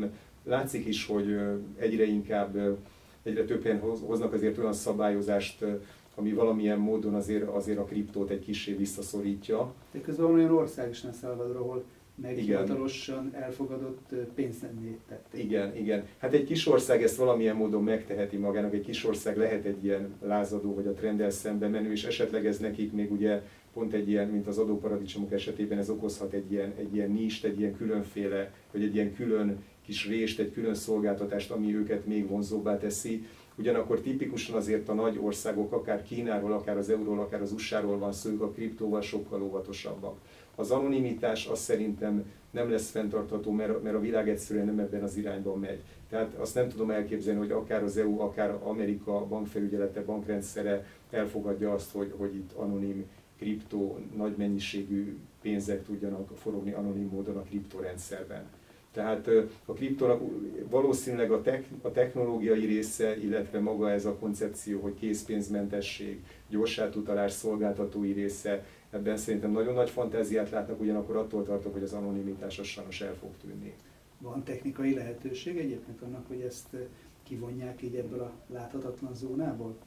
S3: látszik is, hogy egyre inkább, egyre többen hoznak azért olyan szabályozást, ami valamilyen módon azért, azért a kriptót egy kissé visszaszorítja.
S1: De közben van olyan ország is, El Salvador, ahol meghivatalosan elfogadott pénznemét tették.
S3: Igen, igen. Hát egy kis ország ezt valamilyen módon megteheti magának, egy kis ország lehet egy ilyen lázadó, vagy a trenddel szembe menő, és esetleg ez nekik még ugye pont egy ilyen, mint az adóparadicsomok esetében, ez okozhat egy ilyen, egy ilyen nist, egy ilyen különféle, vagy egy ilyen külön kis rést, egy külön szolgáltatást, ami őket még vonzóbbá teszi. Ugyanakkor tipikusan azért a nagy országok, akár Kínáról, akár az euróról, akár az u es á-ról van szó, ők a kriptóval sokkal óvatosabbak. Az anonimitás azt szerintem nem lesz fenntartható, mert, mert a világ egyszerűen nem ebben az irányban megy. Tehát azt nem tudom elképzelni, hogy akár az é u, akár Amerika bankfelügyelete, bankrendszere elfogadja azt, hogy, hogy itt anonim kriptó, nagy mennyiségű pénzek tudjanak forogni anonim módon a kriptorendszerben. Tehát a kriptónak valószínűleg a, tek, a technológiai része, illetve maga ez a koncepció, hogy készpénzmentesség, gyors átutalás szolgáltatói része, ebben szerintem nagyon nagy fantáziát látnak, ugyanakkor attól tartok, hogy az anonimitás az sajnos el fog tűnni.
S1: Van technikai lehetőség egyébként annak, hogy ezt kivonják így ebből a láthatatlan zónából?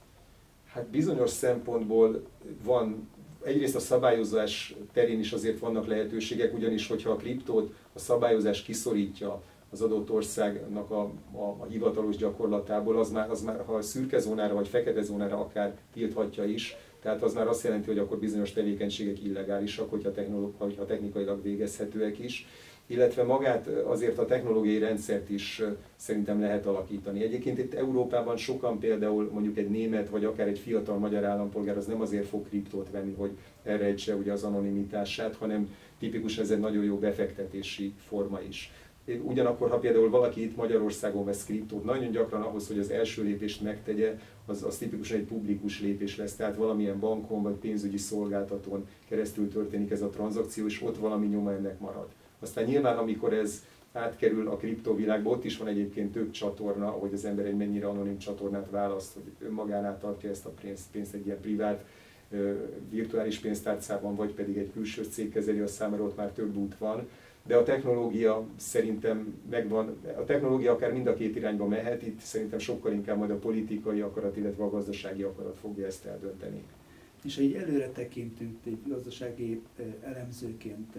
S3: Hát bizonyos szempontból van, egyrészt a szabályozás terén is azért vannak lehetőségek, ugyanis hogyha a kriptót a szabályozás kiszorítja az adott országnak a, a, a hivatalos gyakorlatából, az már, az már, ha szürke zónára vagy fekete zónára akár tilthatja is, tehát az már azt jelenti, hogy akkor bizonyos tevékenységek illegálisak, hogyha, hogyha technikailag végezhetőek is, illetve magát azért a technológiai rendszert is szerintem lehet alakítani. Egyébként itt Európában sokan például mondjuk egy német vagy akár egy fiatal magyar állampolgár az nem azért fog kriptót venni, hogy elrejtse ugye az anonimitását, hanem tipikusan ez egy nagyon jó befektetési forma is. Ugyanakkor, ha például valaki itt Magyarországon vesz kriptót, nagyon gyakran ahhoz, hogy az első lépést megtegye, az, az tipikusan egy publikus lépés lesz, tehát valamilyen bankon vagy pénzügyi szolgáltatón keresztül történik ez a tranzakció, és ott valami nyoma ennek marad. Aztán nyilván, amikor ez átkerül a kriptovilágba, ott is van egyébként több csatorna, hogy az ember egy mennyire anonim csatornát választ, hogy önmagánál tartja ezt a pénzt, pénzt egy ilyen privát, virtuális pénztárcában, vagy pedig egy külső cég kezeli, a számára ott már több út van. De a technológia szerintem megvan, a technológia akár mind a két irányba mehet, itt szerintem sokkal inkább majd a politikai akarat, illetve a gazdasági akarat fogja ezt eldönteni.
S1: És ha így előre tekintünk, egy gazdasági elemzőként,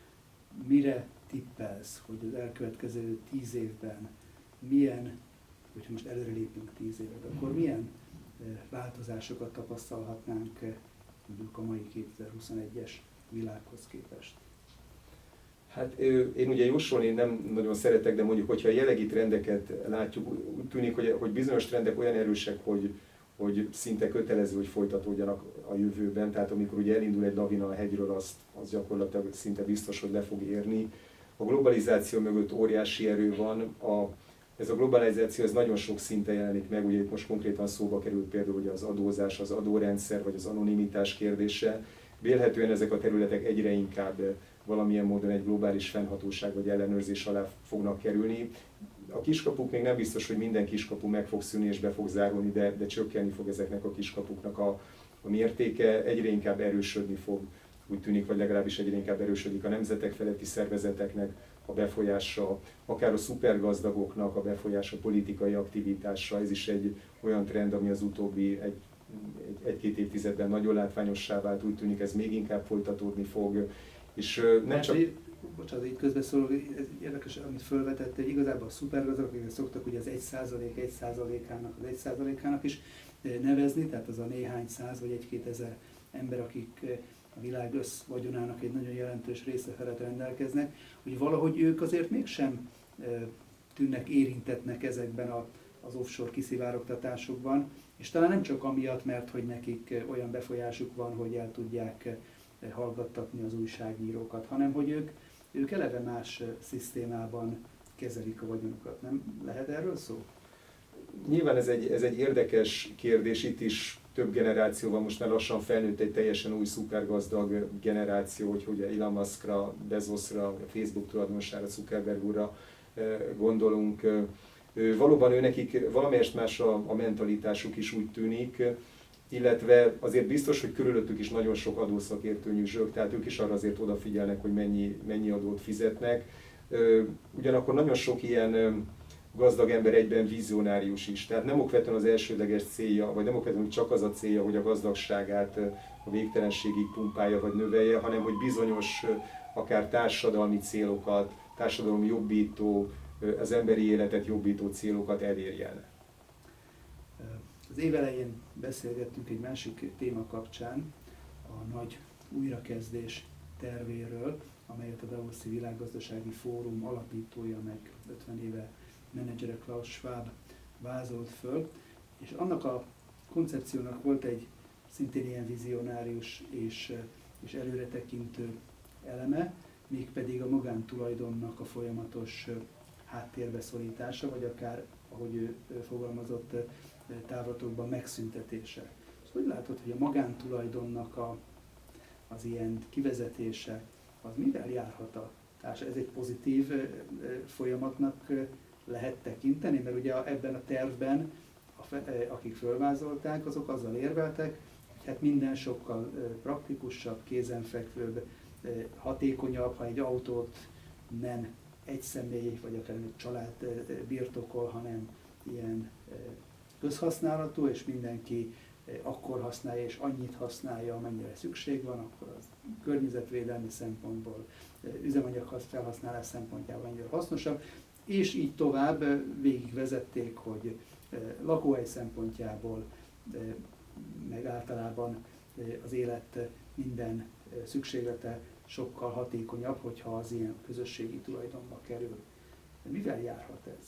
S1: mire tippelsz, hogy az elkövetkező tíz évben milyen, hogyha most előre lépünk tíz évet, akkor milyen változásokat tapasztalhatnánk mondjuk a mai kétezer-huszonegyes világhoz képest?
S3: Hát én ugye jósolni nem nagyon szeretek, de mondjuk, hogyha a jelenlegi trendeket látjuk, úgy tűnik, hogy, hogy bizonyos trendek olyan erősek, hogy, hogy szinte kötelező, hogy folytatódjanak a jövőben. Tehát amikor ugye elindul egy lavina a hegyről, az, az gyakorlatilag szinte biztos, hogy le fog érni. A globalizáció mögött óriási erő van. A, ez a globalizáció ez nagyon sok szinten jelenik meg, ugye itt most konkrétan szóba került például ugye az adózás, az adórendszer, vagy az anonimitás kérdése. Vélhetően ezek a területek egyre inkább valamilyen módon egy globális fennhatóság vagy ellenőrzés alá fognak kerülni. A kiskapuk még nem biztos, hogy minden kiskapu meg fog szűnni és be fog zárulni, de, de csökkenni fog ezeknek a kiskapuknak a, a mértéke, egyre inkább erősödni fog, úgy tűnik, vagy legalábbis egyre inkább erősödik a nemzetek feletti szervezeteknek a befolyása, akár a szupergazdagoknak a befolyása, politikai aktivitása. Ez is egy olyan trend, ami az utóbbi egy, egy-két évtizedben nagyon látványossá vált, úgy tűnik ez még inkább folytatódni fog. És nem
S1: Mert
S3: csak...
S1: Bocsánat, így közbeszólok, ez érdekes, amit felvetette, hogy igazából a szupergazdagok, akik szoktak ugye az egy százalék, egy százalékának, az egy százalékának is nevezni, tehát az a néhány száz vagy egy-két ezer ember, akik a világ összvagyonának egy nagyon jelentős része felett rendelkeznek, hogy valahogy ők azért mégsem tűnnek érintetnek ezekben a, az offshore kiszivárogtatásokban, és talán nem csak amiatt, mert hogy nekik olyan befolyásuk van, hogy el tudják hallgattatni az újságírókat, hanem hogy ők, ők eleve más szisztémában kezelik a vagyonukat. Nem lehet erről szó?
S3: Nyilván ez egy, ez egy érdekes kérdés, itt is több generáció van, most már lassan felnőtt egy teljesen új szupergazdag generáció, hogy ugye Elon Muskra, Bezosra, a Facebook tulajdonosára, Zuckerberg úrra gondolunk. Valóban ő nekik valamelyest más a, a mentalitásuk is úgy tűnik, illetve azért biztos, hogy körülöttük is nagyon sok adószakértő nyüzsög, tehát ők is arra azért odafigyelnek, hogy mennyi, mennyi adót fizetnek. Ugyanakkor nagyon sok ilyen gazdag ember egyben vizionárius is. Tehát nem okvetlenül az elsődleges célja, vagy nem okvetlenül csak az a célja, hogy a gazdagságát a végtelenségig pumpálja vagy növelje, hanem hogy bizonyos akár társadalmi célokat, társadalom jobbító, az emberi életet jobbító célokat elérjen.
S1: Az év elején beszélgettünk egy másik téma kapcsán, a nagy újrakezdés tervéről, amelyet a Davoszi Világgazdasági Fórum alapítója, meg ötven éve menedzsere Klaus Schwab vázolt föl, és annak a koncepciónak volt egy szintén ilyen vizionárius és, és előretekintő eleme, mégpedig a magántulajdonnak a folyamatos háttérbe szorítása, vagy akár, ahogy ő fogalmazott, távlatokban megszüntetése. És hogy látod, hogy a magántulajdonnak a, az ilyen kivezetése, az mivel járhat a társadalom? Ez egy pozitív folyamatnak lehet tekinteni, mert ugye ebben a tervben, akik fölvázolták, azok azzal érveltek, hogy hát minden sokkal praktikusabb, kézenfekvőbb, hatékonyabb, ha egy autót nem egy személy, vagy akár egy család birtokol, hanem ilyen közhasználatú, és mindenki akkor használja, és annyit használja, amennyire szükség van, akkor az környezetvédelmi szempontból, üzemanyag felhasználás szempontjából annyira hasznosabb, és így tovább végigvezették, hogy lakóhely szempontjából, meg általában az élet minden szükséglete sokkal hatékonyabb, hogyha az ilyen közösségi tulajdonba kerül. De mivel járhat ez?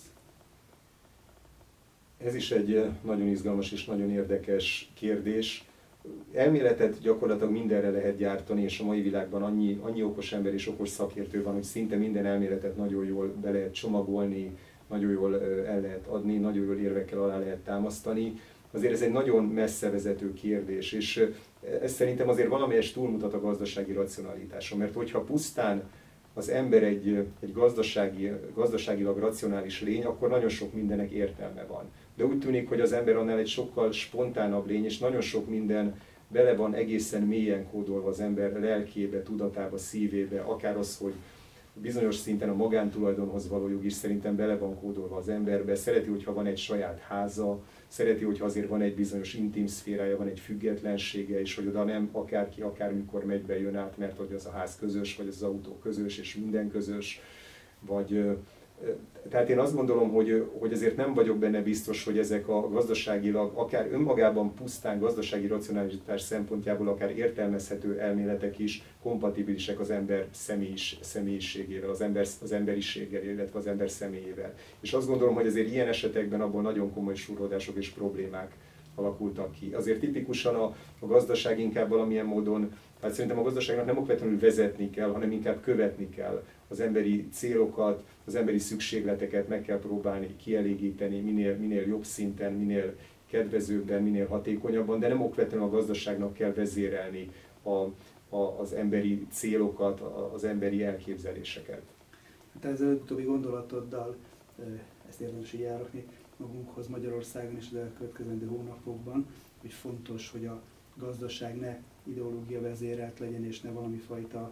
S3: Ez is egy nagyon izgalmas és nagyon érdekes kérdés. Elméletet gyakorlatilag mindenre lehet gyártani, és a mai világban annyi, annyi okos ember és okos szakértő van, hogy szinte minden elméletet nagyon jól be lehet csomagolni, nagyon jól el lehet adni, nagyon jól érvekkel alá lehet támasztani. Azért ez egy nagyon messze vezető kérdés, és ez szerintem azért valamelyes túlmutat a gazdasági racionalitáson, mert hogyha pusztán az ember egy, egy gazdasági, gazdaságilag racionális lény, akkor nagyon sok mindennek értelme van. De úgy tűnik, hogy az ember annál egy sokkal spontánabb lény, és nagyon sok minden bele van egészen mélyen kódolva az ember lelkébe, tudatába, szívébe, akár az, hogy bizonyos szinten a magántulajdonhoz való jog is szerintem bele van kódolva az emberbe. Szereti, hogyha van egy saját háza, szereti, hogyha azért van egy bizonyos intim szférája, van egy függetlensége, és hogy oda nem akárki, akármikor megy be, jön át, mert hogy az a ház közös, vagy az autó közös, és minden közös. Vagy, tehát én azt gondolom, hogy, hogy azért nem vagyok benne biztos, hogy ezek a gazdaságilag, akár önmagában pusztán gazdasági racionalitás szempontjából akár értelmezhető elméletek is kompatibilisek az ember személyis, személyiségével, az, ember, az emberiséggel, illetve az ember személyével. És azt gondolom, hogy azért ilyen esetekben abból nagyon komoly súrlódások és problémák alakultak ki. Azért tipikusan a, a gazdaság inkább valamilyen módon, hát szerintem a gazdaságnak nem okvetlenül vezetni kell, hanem inkább követni kell az emberi célokat, az emberi szükségleteket meg kell próbálni kielégíteni minél, minél jobb szinten, minél kedvezőbben, minél hatékonyabban, de nem okvetlenül a gazdaságnak kell vezérelni a, a, az emberi célokat, az emberi elképzeléseket.
S1: Hát ezzel utóbbi gondolatoddal ezt érdemes így elrakni magunkhoz Magyarországon és az elkövetkezendő hónapokban, hogy fontos, hogy a gazdaság ne ideológia vezérelt legyen, és ne valami fajta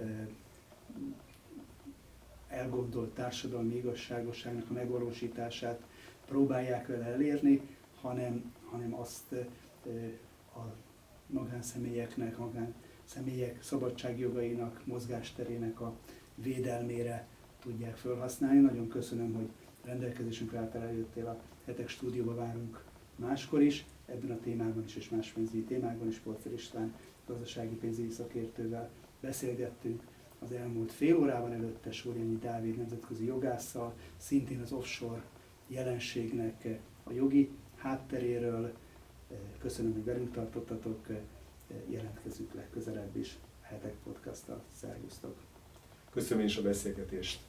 S1: elgondolt társadalmi igazságosságnak a megvalósítását próbálják vele elérni, hanem, hanem azt a magánszemélyeknek, magánszemélyek szabadságjogainak, mozgásterének a védelmére tudják felhasználni. Nagyon köszönöm, hogy rendelkezésünkre által eljöttél a Hetek Stúdióba, várunk máskor is, ebben a témában is és más pénzügyi témákban is. Polczer István gazdasági pénzügyi szakértővel beszélgettünk az elmúlt fél órában, előtte Sorjányi Dávid nemzetközi jogásszal, szintén az offshore jelenségnek a jogi hátteréről. Köszönöm, hogy velünk tartottatok, jelentkezünk legközelebb is a Hetek Podcasttal. Szervusztok!
S3: Köszönöm én is a beszélgetést!